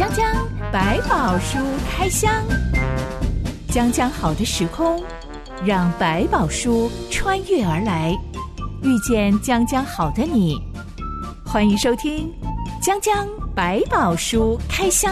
江江百宝书开箱，江江好的时空，让百宝书穿越而来，遇见江江好的你。欢迎收听江江百宝书开箱。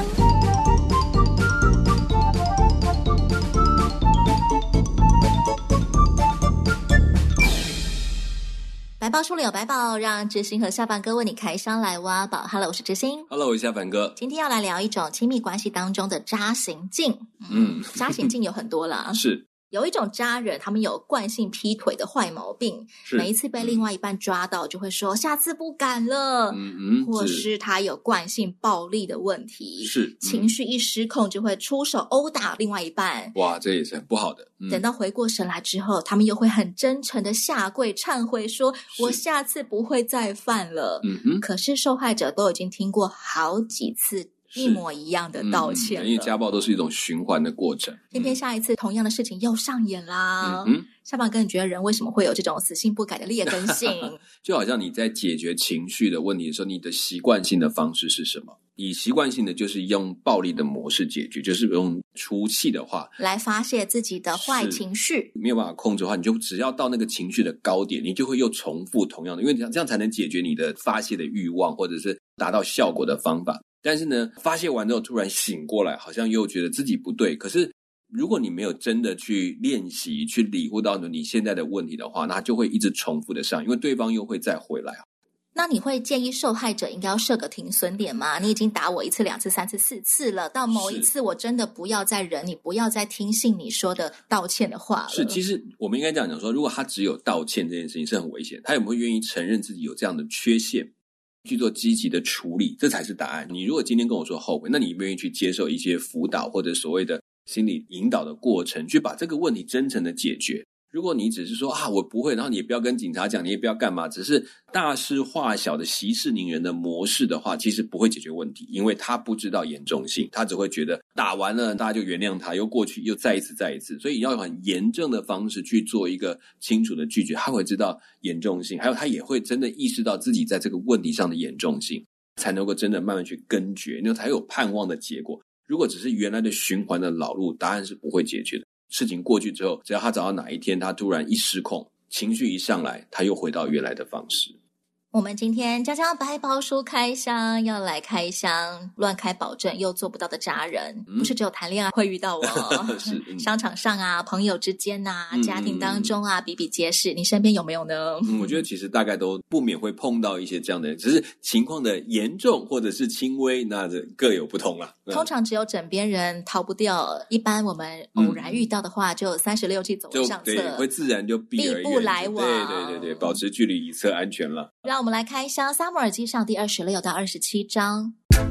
百宝书里有百宝，让知心和下凡哥为你开箱来挖宝。Hello， 我是知心。 Hello， 我是下凡哥。 今天要来聊一种亲密关系当中的渣行径。渣行径有很多啦。 是。 有一种渣人，他们有惯性劈腿的坏毛病，每一次被另外一半抓到就会说下次不敢了，或是他有惯性暴力的问题， 是情绪一失控就会出手殴打另外一半。 哇，这也是很不好的。 等到回过神来之后，他们又会很真诚的下跪忏悔说我下次不会再犯了。可是受害者都已经听过好几次一模一样的道歉了， 因为家暴都是一种循环的过程。 偏偏下一次同样的事情又上演啦。下半哥，你觉得人为什么会有这种死性不改的劣根性？ 就好像你在解决情绪的问题的时候，你的习惯性的方式是什么？你习惯性的就是用暴力的模式解决，就是用出气的话来发泄自己的坏情绪。 没有办法控制的话，你就只要到那个情绪的高点，你就会又重复同样的，因为这样才能解决你的发泄的欲望，或者是达到效果的方法。但是呢，发泄完之后突然醒过来，好像又觉得自己不对。可是如果你没有真的去练习，去理会到你现在的问题的话，那就会一直重复的上，因为对方又会再回来。 那你会建议受害者应该要设个停损点吗？你已经打我1次、2次、3次、4次了，到某一次我真的不要再忍你，不要再听信你说的道歉的话了。 是，其实我们应该这样讲说，如果他只有道歉这件事情是很危险，他有没有愿意承认自己有这样的缺陷，去做积极的处理，这才是答案。你如果今天跟我说后悔，那你愿意去接受一些辅导或者所谓的心理引导的过程，去把这个问题真诚的解决。如果你只是说我不会，然后你也不要跟警察讲，你也不要干嘛，只是大事化小的息事宁人的模式的话，其实不会解决问题，因为他不知道严重性，他只会觉得打完了大家就原谅他，又过去又再一次，所以要用很严正的方式去做一个清楚的拒绝，他会知道严重性，还有他也会真的意识到自己在这个问题上的严重性，才能够真的慢慢去根绝，那才有盼望的结果。如果只是原来的循环的老路，答案是不会解决的。事情过去之后，只要他找到哪一天他突然一失控，情绪一上来，他又回到原来的方式。 我们今天江江百宝书开箱要来开箱乱开保证又做不到的渣人，不是只有谈恋爱会遇到是商场上啊，朋友之间啊，家庭当中啊，比比皆是。你身边有没有呢？ 我觉得其实大概都不免会碰到一些这样的人，只是情况的严重或者是轻微，那各有不同啦。 通常只有枕边人逃不掉，一般我们偶然遇到的话，就36计走为上策， 对，会自然就避而远， 避不来往。 对，保持距离以策安全了。 让我们来开箱撒母耳记上第26到27章。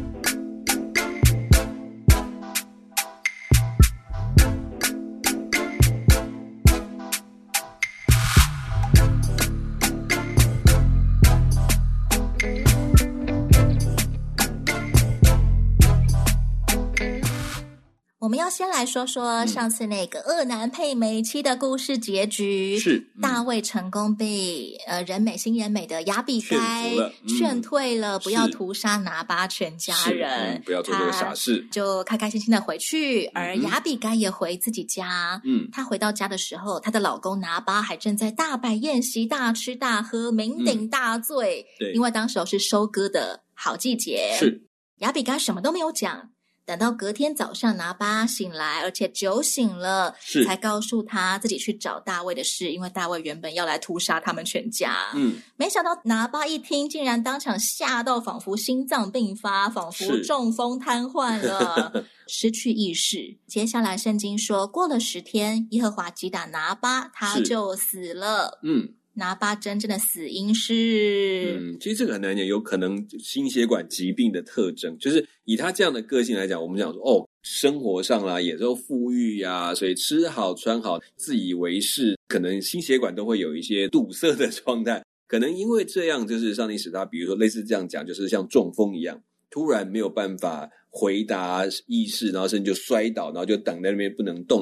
我们要先来说说上次那个恶男配美妻的故事结局。 是大卫成功被人美心眼美的亚比该劝退了，不要屠杀拿巴全家人， 不要做这个傻事， 就开开心心的回去。而亚比该也回自己家。她回到家的时候，她的老公拿巴还正在大摆宴席，大吃大喝，酩酊大醉。 对， 因为当时是收割的好季节。 是亚比该什么都没有讲。等到隔天早上拿巴醒来，而且酒醒了，才告诉他自己去找大卫的事，因为大卫原本要来屠杀他们全家。没想到拿巴一听，竟然当场吓到，仿佛心脏病发，仿佛中风瘫痪了，失去意识。接下来圣经说，过了10天，耶和华击打拿巴，他就死了。拿巴真正的死因是其实这个很难讲，有可能心血管疾病的特征，就是以他这样的个性来讲，我们讲说生活上啦也都富裕啊，所以吃好穿好，自以为是，可能心血管都会有一些堵塞的状态，可能因为这样，就是上帝使他比如说类似这样讲，就是像中风一样，突然没有办法回答意识，然后甚至就摔倒，然后就等在那边不能动了。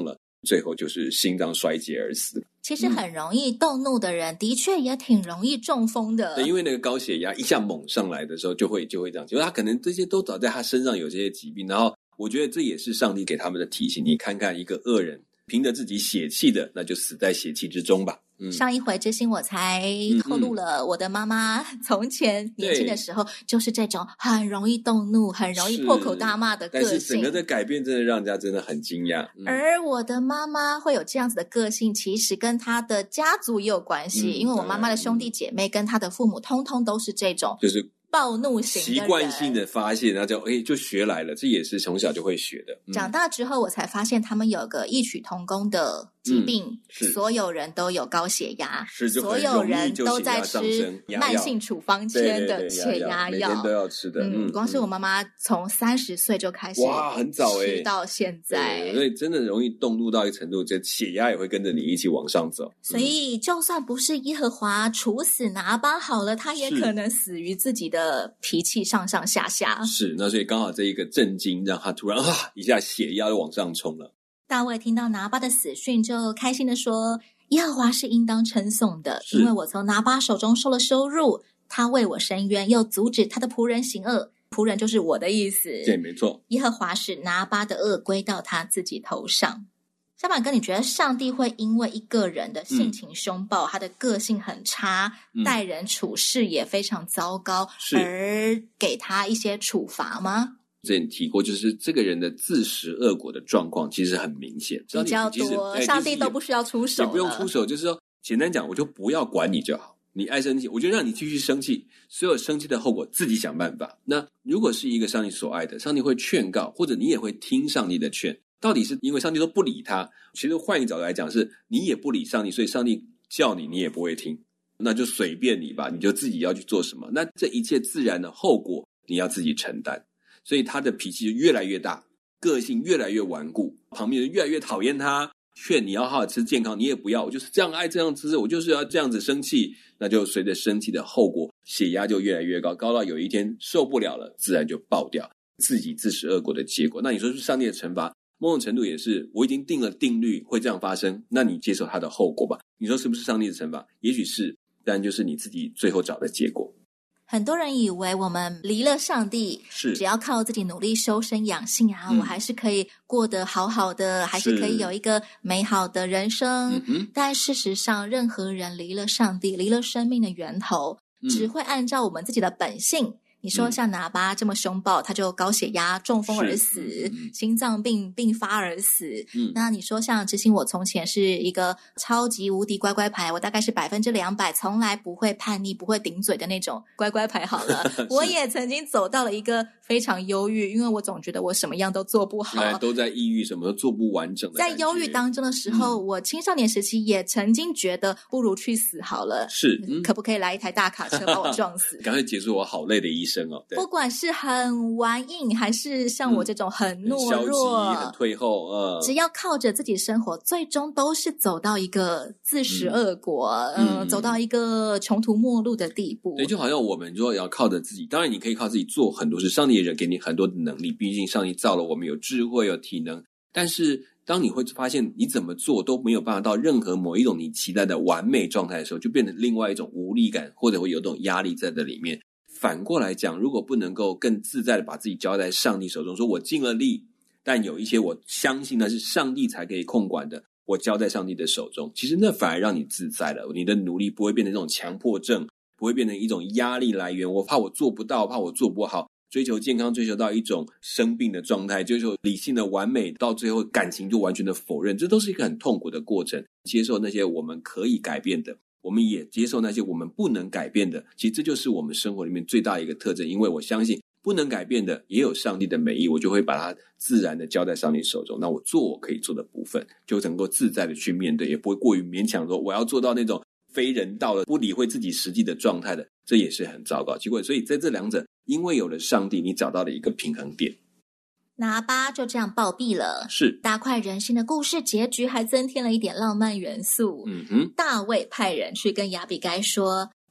最后就是心脏衰竭而死。 其实很容易动怒的人，的确也挺容易中风的。 对，因为那个高血压一下猛上来的时候，就会这样，因为他可能这些都早在他身上有这些疾病，然后我觉得这也是上帝给他们的提醒。你看看一个恶人，凭着自己血气的，那就死在血气之中吧。 上一回知心我才透露了我的妈妈从前年轻的时候就是这种很容易动怒很容易破口大骂的个性， 但是整个的改变真的让人家真的很惊讶。 而我的妈妈会有这样子的个性，其实跟她的家族也有关系，因为我妈妈的兄弟姐妹跟她的父母通通都是这种就是暴怒型的人， 习惯性的发泄，然后就学来了，这也是从小就会学的。 长大之后我才发现他们有个异曲同工的疾病，所有人都有高血压，所有人都在吃慢性处方签的血压药， 每天都要吃的。 光是我妈妈从30岁就开始， 哇，很早吃到现在， 所以真的容易动怒到一个程度，这血压也会跟着你一起往上走。 所以就算不是耶和华处死拿巴好了，他也可能死于自己的脾气上上下下。 是，那所以刚好这一个震惊让他突然一下血压就往上冲了。 大卫听到拿巴的死讯就开心地说，耶和华是应当称颂的，因为我从拿巴手中受了羞辱，他为我伸冤，又阻止他的仆人行恶。仆人就是我的意思。 对，没错。 耶和华使拿巴的恶归到他自己头上。小板哥，你觉得上帝会因为一个人的性情凶暴，他的个性很差，待人处事也非常糟糕，而给他一些处罚吗？ 之前提过，就是这个人的自食恶果的状况其实很明显， 比较多，上帝都不需要出手， 也不用出手，就是说简单讲，我就不要管你就好。你爱生气，我就让你继续生气，所有生气的后果自己想办法。那如果是一个上帝所爱的，上帝会劝告，或者你也会听上帝的劝。到底是因为上帝都不理他，其实换一个角度来讲，是你也不理上帝，所以上帝叫你，你也不会听，那就随便你吧，你就自己要去做什么。那这一切自然的后果，你要自己承担。所以他的脾气就越来越大，个性越来越顽固，旁边人越来越讨厌他，劝你要好好吃健康，你也不要，我就是这样爱这样吃，我就是要这样子生气。那就随着生气的后果，血压就越来越高，高到有一天受不了了，自然就爆掉，自己自食恶果的结果。那你说是上帝的惩罚，某种程度也是，我已经定了定律会这样发生，那你接受它的后果吧。你说是不是上帝的惩罚？也许是，但就是你自己最后找的结果。 很多人以为我们离了上帝，只要靠自己努力修身养性啊，我还是可以过得好好的，还是可以有一个美好的人生。但事实上，任何人离了上帝，离了生命的源头，只会按照我们自己的本性。你说像拿巴这么凶暴，他就高血压中风而死，心脏病并发而死。那你说像知心，我从前是一个超级无敌乖乖牌，我大概是200%从来不会叛逆不会顶嘴的那种乖乖牌好了。我也曾经走到了一个非常忧郁，因为我总觉得我什么样都做不好， 都在抑郁，什么都做不完整的感觉。 在忧郁当中的时候，我青少年时期也曾经觉得不如去死好了，可不可以来一台大卡车把我撞死？ 赶快结束我好累的一生。 不管是很顽硬还是像我这种很懦弱、 很退后， 只要靠着自己生活，最终都是走到一个自食恶果，走到一个穷途末路的地步。 对，就好像我们如果要靠着自己，当然你可以靠自己做很多事，上帝也给你很多的能力，毕竟上帝造了我们有智慧有体能，但是当你会发现你怎么做都没有办法到任何某一种你期待的完美状态的时候，就变成另外一种无力感，或者会有一种压力在这里面。反过来讲，如果不能够更自在的把自己交在上帝手中，说我尽了力，但有一些我相信那是上帝才可以控管的，我交在上帝的手中，其实那反而让你自在了。你的努力不会变成这种强迫症，不会变成一种压力来源，我怕我做不到，怕我做不好，追求健康，追求到一种生病的状态，追求理性的完美，到最后感情就完全的否认，这都是一个很痛苦的过程。接受那些我们可以改变的，我们也接受那些我们不能改变的，其实这就是我们生活里面最大的一个特征。因为我相信不能改变的也有上帝的美意，我就会把它自然的交在上帝手中，那我做我可以做的部分，就能够自在的去面对，也不会过于勉强说我要做到那种非人道的不理会自己实际的状态的，这也是很糟糕。结果所以在这两者，因为有了上帝，你找到了一个平衡点。 拿巴就这样暴毙了， 是大快人心的故事结局还增添了一点浪漫元素。大卫派人去跟亚比该说，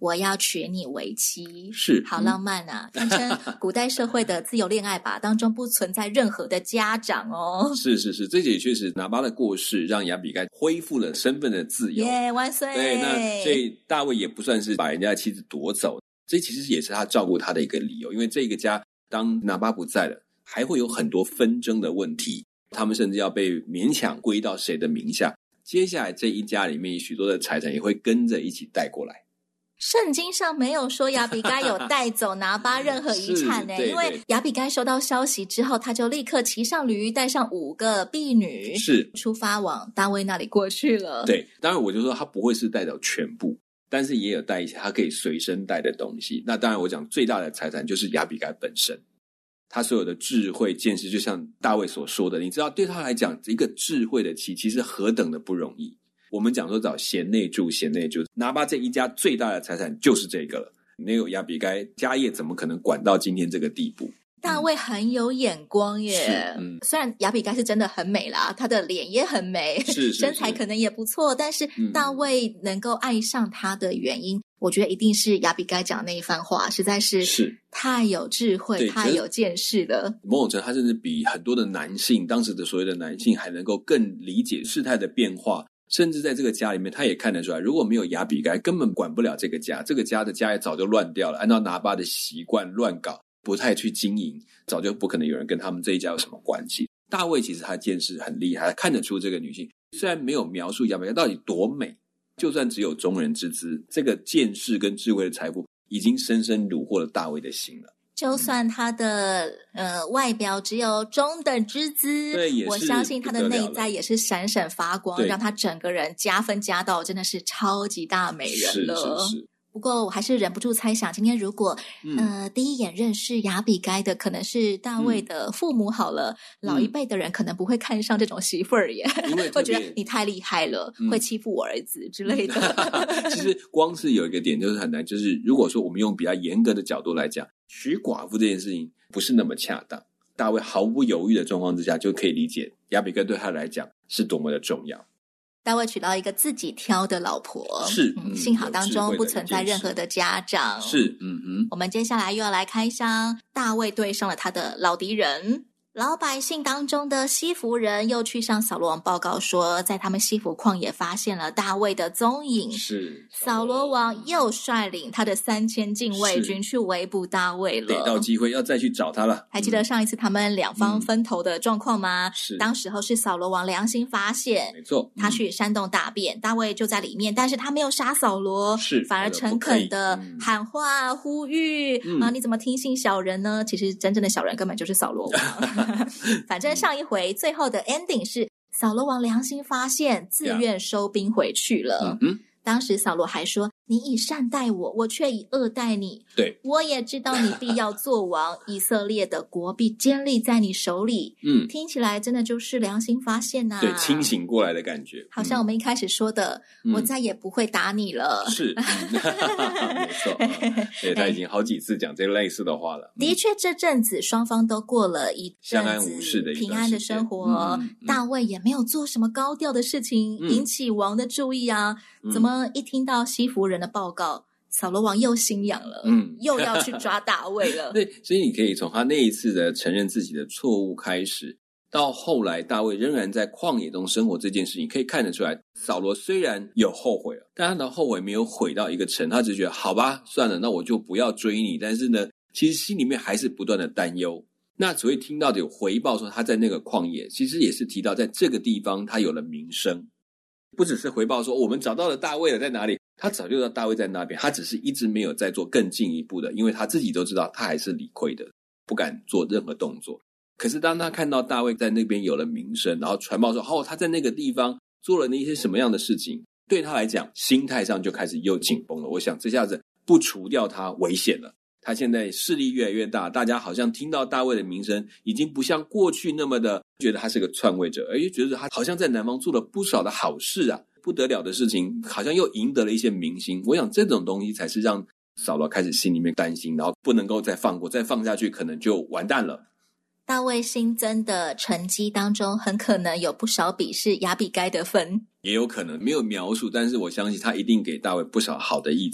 我要娶你为妻， 是好浪漫啊，堪称古代社会的自由恋爱吧，当中不存在任何的家长哦。 是，这也确实拿巴的过世让亚比该恢复了身份的自由， 耶，万岁。 对，那所以大卫也不算是把人家的妻子夺走，这其实也是他照顾他的一个理由，因为这个家当拿巴不在了，还会有很多纷争的问题，他们甚至要被勉强归到谁的名下，接下来这一家里面许多的财产也会跟着一起带过来。 圣经上没有说亚比该有带走拿巴任何遗产呢，因为亚比该收到消息之后，他就立刻骑上驴，带上5个婢女， 是出发往大卫那里过去了。 对，当然我就说他不会是带走全部，但是也有带一些他可以随身带的东西。那当然我讲最大的财产就是亚比该本身，他所有的智慧见识，就像大卫所说的，你知道对他来讲一个智慧的妻其实何等的不容易。我们讲说找贤内助，拿巴这一家最大的财产就是这个了，没有亚比该家业怎么可能管到今天这个地步。 大卫很有眼光耶，虽然亚比该是真的很美啦，她的脸也很美， 是身材可能也不错，但是大卫能够爱上她的原因，我觉得一定是亚比该讲那一番话实在是太有智慧，太有见识了。 某种程度他甚至比很多的男性，当时的所谓的男性还能够更理解事态的变化，甚至在这个家里面他也看得出来，如果没有亚比该根本管不了这个家，这个家的家业早就乱掉了，按照拿巴的习惯乱搞，不太去经营，早就不可能有人跟他们这一家有什么关系。大卫其实他见识很厉害，他看得出这个女性虽然没有描述亚比该到底多美，就算只有中人之姿，这个见识跟智慧的财富已经深深虏获了大卫的心了。 就算他的外表只有中等之姿， 对， 我相信他的内在也是闪闪发光，让他整个人加分加到真的是超级大美人了。 是。 不过我还是忍不住猜想，今天如果第一眼认识亚比该的可能是大卫的父母好了，老一辈的人可能不会看上这种媳妇儿耶，会觉得你太厉害了，会欺负我儿子之类的。 其实光是有一个点就是很难，就是如果说我们用比较严格的角度来讲，娶寡妇这件事情不是那么恰当。大卫毫不犹豫的状况之下，就可以理解亚比该对他来讲是多么的重要。 大卫娶到一个自己挑的老婆， 是， 幸好当中不存在任何的家长。 是， 我们接下来又要来开箱，大卫对上了他的老敌人。老百姓当中的西弗人又去向扫罗王报告说，在他们西弗旷野发现了大卫的踪影。 是， 扫罗王又率领他的3000禁卫军去围捕大卫了， 逮到机会要再去找他了。 还记得上一次他们两方分头的状况吗？ 是， 当时候是扫罗王良心发现， 没错， 他去山洞大便，大卫就在里面，但是他没有杀扫罗， 是， 反而诚恳的喊话呼吁你怎么听信小人呢？其实真正的小人根本就是扫罗王。反正上一回最后的 ending 是扫罗王良心发现，自愿收兵回去了。当时扫罗还说，你以善待我，我却以恶待你。 对， 我也知道你必要做王，以色列的国必坚立在你手里。听起来真的就是良心发现啊， 对，清醒过来的感觉， 好像我们一开始说的，我再也不会打你了。 是，没错，对，他已经好几次讲这类似的话了。 的确，这阵子双方都过了一相安无事的平安的生活，大卫也没有做什么高调的事情，引起王的注意啊。怎么一听到西弗人的报告，扫罗王又心痒了，又要去抓大卫了。 对，所以你可以从他那一次的承认自己的错误开始，到后来大卫仍然在旷野中生活这件事情，可以看得出来，扫罗虽然有后悔了，但他的后悔没有悔到一个程，他只觉得好吧，算了，那我就不要追你。但是呢，其实心里面还是不断的担忧。那所以听到有回报说他在那个旷野，其实也是提到在这个地方他有了名声。不只是回报说我们找到了大卫了在哪里，他早就知道大卫在那边，他只是一直没有再做更进一步的，因为他自己都知道他还是理亏的，不敢做任何动作。可是当他看到大卫在那边有了名声，然后传报说他在那个地方做了那些什么样的事情，对他来讲心态上就开始又紧绷了。我想这下子不除掉他危险了，他现在势力越来越大，大家好像听到大卫的名声已经不像过去那么的觉得他是个篡位者，而且觉得他好像在南方做了不少的好事啊，不得了的事情，好像又赢得了一些民心。我想这种东西才是让扫罗开始心里面担心，然后不能够再放过，再放下去可能就完蛋了。 大卫新增的成绩当中很可能有不少笔是亚比该的分， 也有可能没有描述，但是我相信他一定给大卫不少好的意见。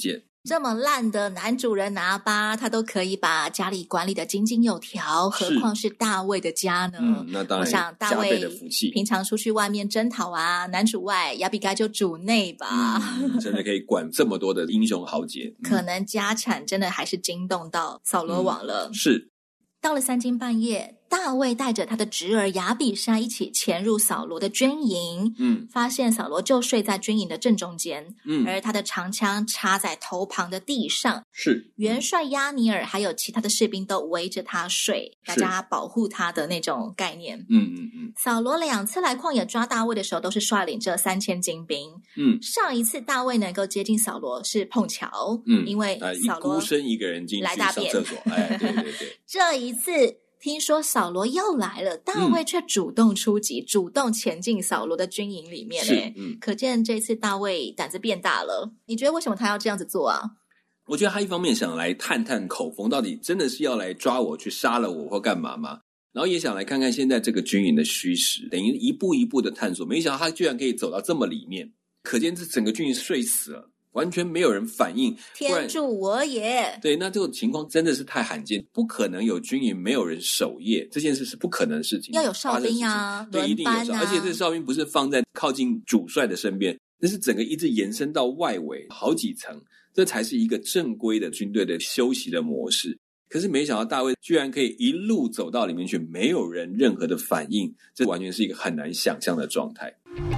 这么烂的男主人拿巴，他都可以把家里管理的井井有条，何况是大卫的家呢？ 那当然， 我想大卫平常出去外面征讨啊，男主外，亚比该就主内吧。 真的可以管这么多的英雄豪杰， 可能家产真的还是惊动到扫罗王了。 是。 到了3更半夜，大卫带着他的侄儿亚比筛一起潜入扫罗的军营，发现扫罗就睡在军营的正中间，而他的长枪插在头旁的地上， 是元帅亚尼尔还有其他的士兵都围着他睡，大家保护他的那种概念。扫罗2次来旷野抓大卫的时候，都是率领这3000精兵。上一次大卫能够接近扫罗是碰巧，因为扫罗孤身一个人进去上厕所，对。 这一次听说扫罗要来了，大卫却主动出击，主动前进扫罗的军营里面。可见这次大卫胆子变大了。你觉得为什么他要这样子做啊？ 我觉得他一方面想来探探口风，到底真的是要来抓我去杀了我或干嘛吗？然后也想来看看现在这个军营的虚实，等于一步一步的探索。没想到他居然可以走到这么里面，可见这整个军营睡死了，完全没有人反应， 天助我也。 对，那这种情况真的是太罕见，不可能有军营没有人守夜，这件事是不可能的事情。 要有哨兵啊， 对，一定有哨，而且这哨兵不是放在靠近主帅的身边，那是整个一直延伸到外围好几层，这才是一个正规的军队的休息的模式。可是没想到大卫居然可以一路走到里面去，没有人任何的反应，这完全是一个很难想象的状态。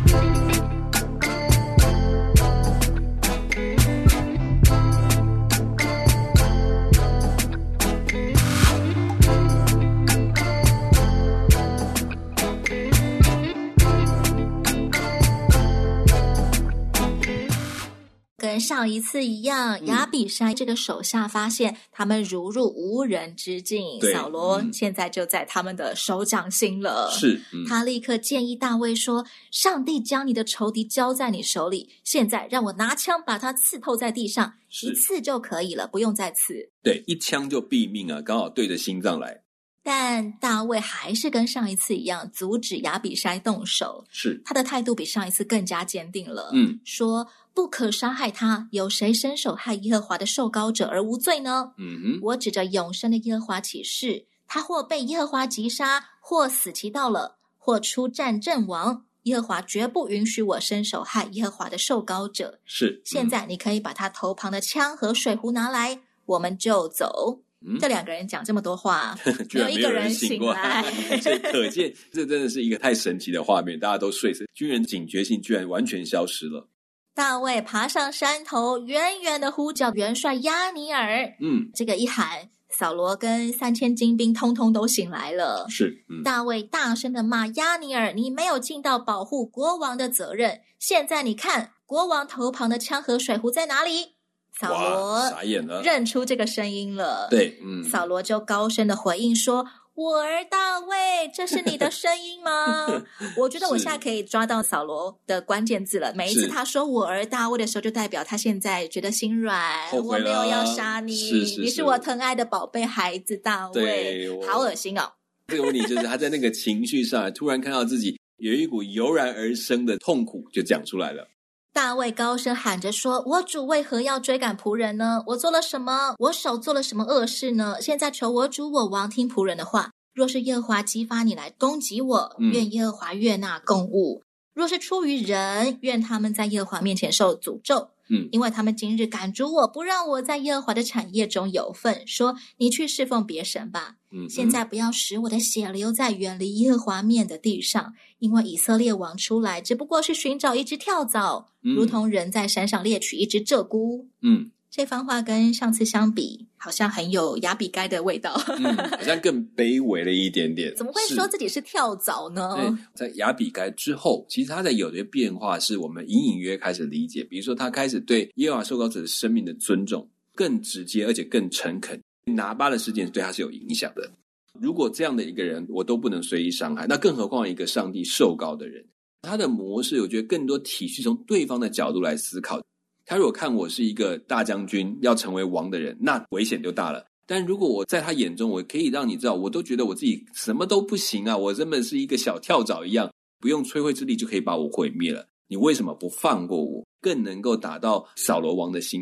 跟上一次一样，亚比筛这个手下发现他们如入无人之境，扫罗现在就在他们的手掌心了。 是， 他立刻建议大卫说，上帝将你的仇敌交在你手里，现在让我拿枪把他刺透在地上，一刺就可以了，不用再刺。 对，一枪就毙命啊，刚好对着心脏来。 但大卫还是跟上一次一样，阻止亚比筛动手。 是， 他的态度比上一次更加坚定了。说不可杀害他，有谁伸手害耶和华的受膏者而无罪呢？我指着永生的耶和华起誓，他或被耶和华击杀，或死期到了，或出战阵亡，耶和华绝不允许我伸手害耶和华的受膏者。 是， 现在你可以把他头旁的枪和水壶拿来，我们就走。这2个人讲这么多话， 居然没有一个人醒来， 所以可见这真的是一个太神奇的画面，大家都睡着，军人警觉性居然完全消失了。 大卫爬上山头，远远的呼叫元帅亚尼尔。这个一喊，扫罗跟3000精兵通通都醒来了。 是， 大卫大声的骂亚尼尔，你没有尽到保护国王的责任，现在你看国王头旁的枪和水壶在哪里？扫罗傻眼了， 认出这个声音了。 对， 扫罗就高声的回应说，我儿大卫，这是你的声音吗？我觉得我现在可以抓到扫罗的关键字了。每一次他说我儿大卫的时候，就代表他现在觉得心软，我没有要杀你，你是我疼爱的宝贝孩子大卫。好恶心哦。 这个问题就是他在那个情绪上突然看到自己有一股油然而生的痛苦就讲出来了。 大卫高声喊着说，我主为何要追赶仆人呢？我做了什么？我手做了什么恶事呢？现在求我主我王听仆人的话，若是耶和华激发你来攻击我，愿耶和华悦纳供物；若是出于人，愿他们在耶和华面前受诅咒。因为他们今日赶逐我，不让我在耶和华的产业中有份，说你去侍奉别神吧。现在不要使我的血流在远离耶和华面的地上，因为以色列王出来只不过是寻找一只跳蚤，如同人在山上猎取一只鹧鸪。这番话跟上次相比，好像很有亚比该的味道。 好像更卑微了一点点。 怎么会说自己是跳蚤呢？ 对，在亚比该之后，其实他在有些变化是我们隐隐约开始理解，比如说他开始对耶和华受膏者的生命的尊重更直接，而且更诚恳。拿巴的事件对他是有影响的。如果这样的一个人我都不能随意伤害，那更何况一个上帝受膏的人。他的模式我觉得更多体恤从对方的角度来思考。他如果看我是一个大将军要成为王的人，那危险就大了。但如果我在他眼中，我可以让你知道，我都觉得我自己什么都不行啊，我根本是一个小跳蚤一样，不用吹灰之力就可以把我毁灭了，你为什么不放过我？更能够达到扫罗王的心态，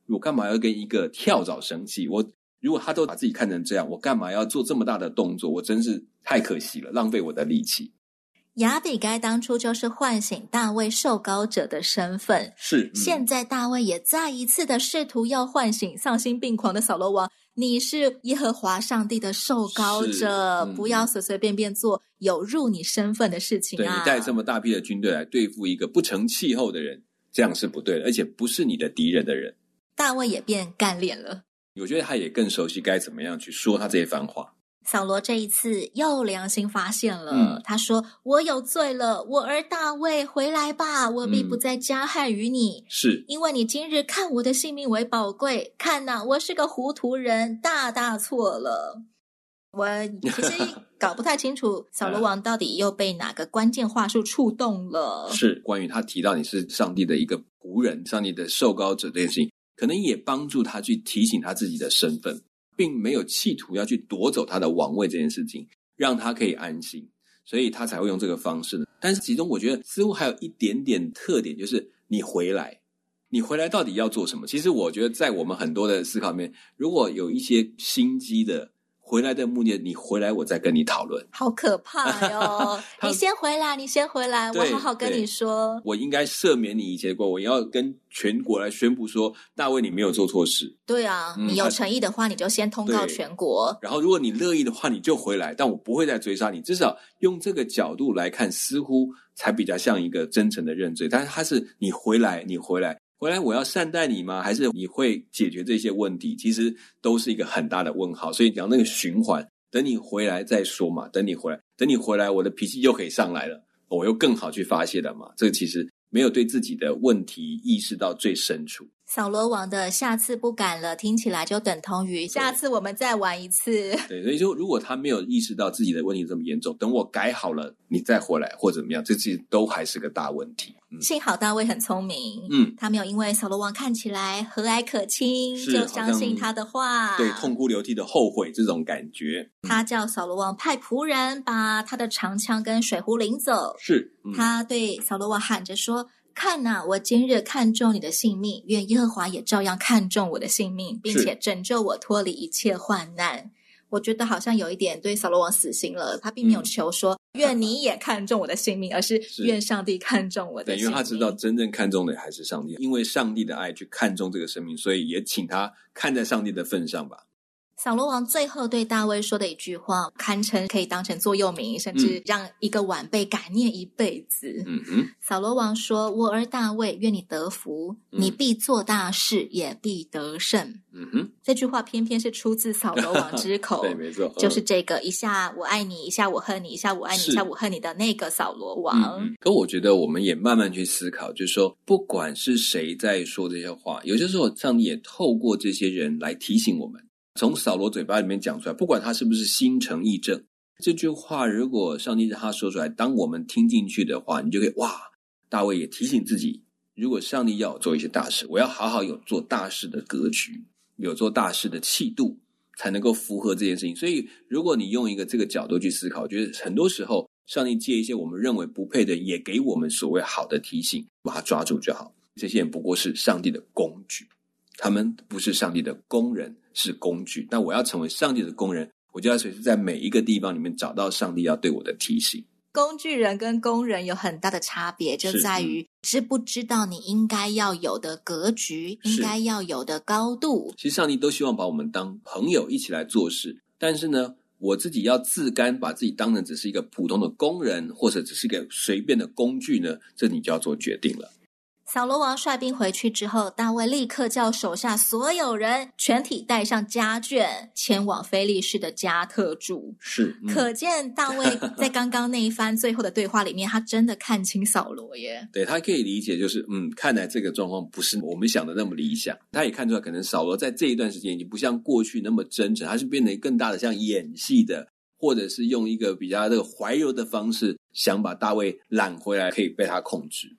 我干嘛要跟一个跳蚤生气？如果他都把自己看成这样，我干嘛要做这么大的动作？我真是太可惜了，浪费我的力气。 亚比该当初就是唤醒大卫受膏者的身份， 是， 现在大卫也再一次的试图要唤醒丧心病狂的扫罗王，你是耶和华上帝的受膏者，不要随随便便做有入你身份的事情啊！ 对，你带这么大批的军队来对付一个不成气候的人，这样是不对的，而且不是你的敌人的人。 大卫也变干练了， 我觉得他也更熟悉该怎么样去说他这番话。 扫罗这一次又良心发现了，他说我有罪了，我儿大卫回来吧，我必不再加害于你， 是因为你今日看我的性命为宝贵，看哪，我是个糊涂人，大大错了。我其实搞不太清楚扫罗王到底又被哪个关键话术触动了。 是关于他提到你是上帝的一个仆人，上帝的受膏者这件事情，可能也帮助他去提醒他自己的身份，并没有企图要去夺走他的王位这件事情，让他可以安心，所以他才会用这个方式。但是其中我觉得似乎还有一点点特点，就是你回来到底要做什么？其实我觉得在我们很多的思考里面，如果有一些心机的回来的目的，你回来我再跟你讨论， 好可怕哟！你先回来，我好好跟你说， 我应该赦免你以前的过，我要跟全国来宣布说，大卫你没有做错事。 对啊，你有诚意的话，你就先通告全国。 然后如果你乐意的话，你就回来，但我不会再追杀你。至少用这个角度来看，似乎才比较像一个真诚的认罪。但是他是你回来我要善待你吗？还是你会解决这些问题？其实都是一个很大的问号。所以讲那个循环，等你回来再说嘛，等你回来我的脾气又可以上来了，我又更好去发泄了嘛。这个其实没有对自己的问题意识到最深处。 扫罗王的下次不敢了，听起来就等同于下次我们再玩一次。 对，所以说如果他没有意识到自己的问题这么严重，等我改好了你再回来或怎么样，这其实都还是个大问题。 幸好大卫很聪明，他没有因为扫罗王看起来和蔼可亲就相信他的话， 对，痛哭流涕的后悔这种感觉。 他叫扫罗王派仆人把他的长枪跟水壶领走， 是， 他对扫罗王喊着说，看哪，我今日看中你的性命，愿耶和华也照样看中我的性命，并且拯救我脱离一切患难。我觉得好像有一点对扫罗王死心了，他并没有求说愿你也看中我的性命，而是愿上帝看中我的性命。 因为他知道真正看重的还是上帝，因为上帝的爱去看重这个生命，所以也请他看在上帝的份上吧。 扫罗王最后对大卫说的一句话，堪称可以当成座右铭，甚至让一个晚辈感念一辈子。扫罗王说，我儿大卫，愿你得福，你必做大事，也必得胜。这句话偏偏是出自扫罗王之口对，没错， 就是这个一下我爱你，一下我恨你，一下我爱你，一下我恨你的那个扫罗王。 可我觉得我们也慢慢去思考，就是说不管是谁在说这些话，有些时候上帝也透过这些人来提醒我们，从扫罗嘴巴里面讲出来，不管他是不是心诚意正，这句话如果上帝让他说出来，当我们听进去的话，你就可以哇，大卫也提醒自己，如果上帝要我做一些大事，我要好好有做大事的格局，有做大事的气度，才能够符合这件事情。所以如果你用一个这个角度去思考，我觉得很多时候上帝借一些我们认为不配的，也给我们所谓好的提醒，把它抓住就好。这些人不过是上帝的工具，他们不是上帝的工人，是工具。那我要成为上帝的工人，我就要随时在每一个地方里面找到上帝要对我的提醒。 工具人跟工人有很大的差别，就在于知不知道你应该要有的格局，应该要有的高度。 其实上帝都希望把我们当朋友一起来做事，但是呢，我自己要自甘把自己当成只是一个普通的工人，或者只是一个随便的工具呢，这你就要做决定了。 扫罗王率兵回去之后，大卫立刻叫手下所有人全体带上家眷，前往非利士的加特住。可见大卫在刚刚那一番最后的对话里面，他真的看清扫罗耶。 对，他可以理解，就是看来这个状况不是我们想的那么理想。他也看出来，可能扫罗在这一段时间已经不像过去那么真诚，他是变得更大的像演戏的，或者是用一个比较怀柔的方式，想把大卫揽回来，可以被他控制。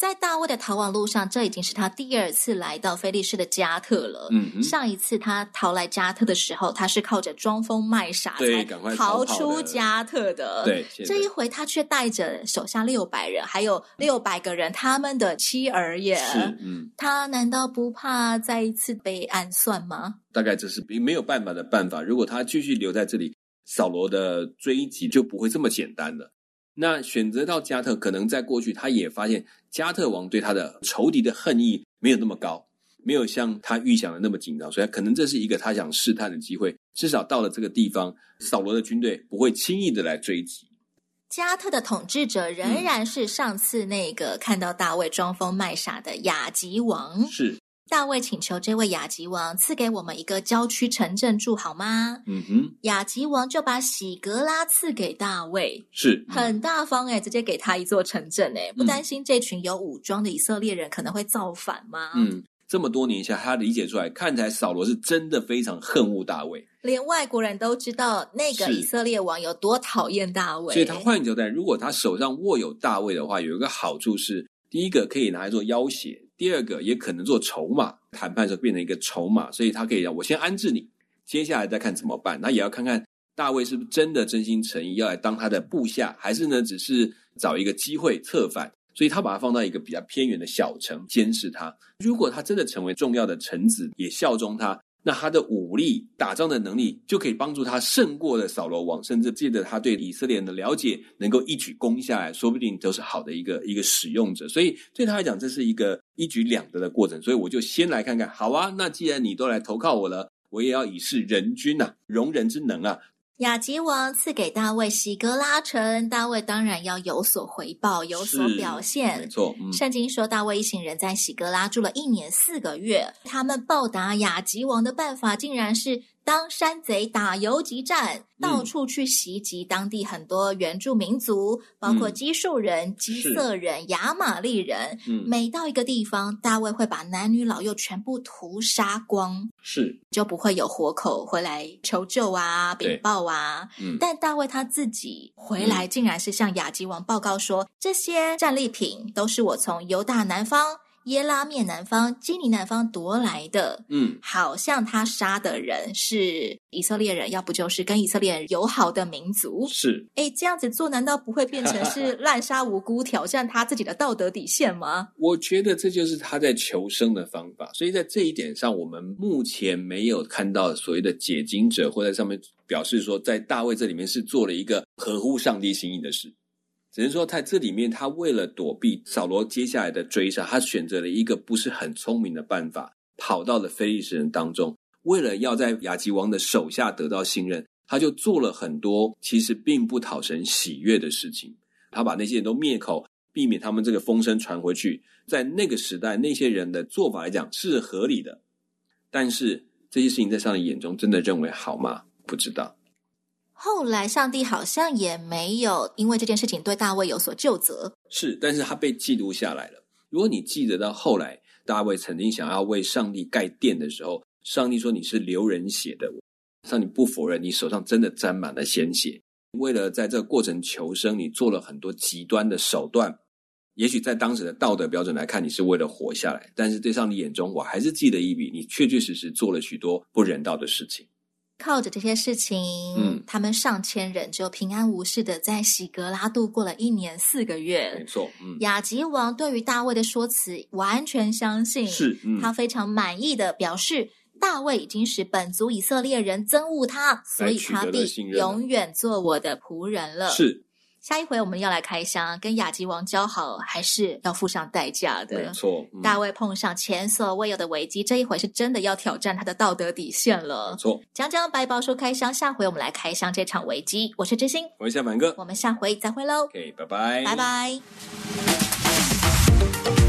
在大卫的逃亡路上，这已经是他第2次来到非利士的加特了。上一次他逃来加特的时候，他是靠着装疯卖傻才逃出加特的。 对， 这一回他却带着手下600人，还有600个人他们的妻儿耶。 是， 他难道不怕再一次被暗算吗？ 大概这是没有办法的办法。如果他继续留在这里，扫罗的追击就不会这么简单了。那选择到加特，可能在过去他也发现加特王对他的仇敌的恨意没有那么高，没有像他预想的那么紧张，所以可能这是一个他想试探的机会。至少到了这个地方，扫罗的军队不会轻易的来追击。 加特的统治者仍然是上次那个看到大卫装疯卖傻的亚吉王。 是， 大卫请求这位亚吉王赐给我们一个郊区城镇住好吗？亚吉王就把喜格拉赐给大卫， 是很大方直接给他一座城镇不担心这群有武装的以色列人可能会造反吗？ 这么多年下，他理解出来，看起来扫罗是真的非常恨恶大卫， 连外国人都知道那个以色列王有多讨厌大卫。 所以他换句话说，如果他手上握有大卫的话，有一个好处是，第一个可以拿来做要挟，第二个也可能做筹码，谈判的时候变成一个筹码，所以他可以让我先安置你，接下来再看怎么办。那也要看看大卫是不是真的真心诚意要来当他的部下，还是呢只是找一个机会策反。所以他把他放到一个比较偏远的小城监视他。如果他真的成为重要的臣子，也效忠他，那他的武力打仗的能力就可以帮助他胜过了扫罗王，甚至借着他对以色列人的了解能够一举攻下来，说不定都是好的一个使用者。所以对他来讲，这是一个一举两得的过程。所以我就先来看看，好啊，那既然你都来投靠我了，我也要以示人君啊，容人之能啊。 亚吉王赐给大卫喜格拉城，大卫当然要有所回报，有所表现。 没错， 圣经说大卫一行人在喜格拉住了1年4个月，他们报答亚吉王的办法竟然是当山贼打游击战，到处去袭击当地很多原住民族，包括基述人、基色人、亚玛利人。每到一个地方，大卫会把男女老幼全部屠杀光， 是就不会有活口回来求救啊、禀报啊。但大卫他自己回来，竟然是向亚吉王报告说，这些战利品都是我从犹大南方、耶拉面南方、基尼南方夺来的。好像他杀的人是以色列人，要不就是跟以色列人友好的民族。 是， 这样子做难道不会变成是滥杀无辜，挑战他自己的道德底线吗？ 我觉得这就是他在求生的方法。所以在这一点上，我们目前没有看到所谓的解经者或在上面表示说，在大卫这里面是做了一个合乎上帝心意的事。只能说在这里面，他为了躲避扫罗接下来的追杀，他选择了一个不是很聪明的办法，跑到了非利士人当中。为了要在亚吉王的手下得到信任，他就做了很多其实并不讨神喜悦的事情。他把那些人都灭口，避免他们这个风声传回去。在那个时代，那些人的做法来讲是合理的，但是这些事情在上帝眼中真的认为好吗？不知道。 后来上帝好像也没有因为这件事情对大卫有所究责。 是，但是他被记录下来了。如果你记得到后来大卫曾经想要为上帝盖殿的时候，上帝说你是流人血的，上帝不否认你手上真的沾满了鲜血。为了在这个过程求生，你做了很多极端的手段，也许在当时的道德标准来看，你是为了活下来，但是在上帝眼中，我还是记得一笔，你确确实实做了许多不人道的事情。 靠着这些事情，他们上千人就平安无事的在喜格拉度过了1年4个月。 没错， 亚吉王对于大卫的说辞完全相信， 是， 他非常满意的表示，大卫已经使本族以色列人憎恶他，所以他必永远做我的仆人了。 是。 下一回我们要来开箱，跟亚吉王交好还是要付上代价的。 没错， 大卫碰上前所未有的危机，这一回是真的要挑战他的道德底线了。 没错， 讲讲百宝书开箱，下回我们来开箱这场危机。我是知心， 我是夏凡哥， 我们下回再会喽。 OK， 拜拜， 拜拜。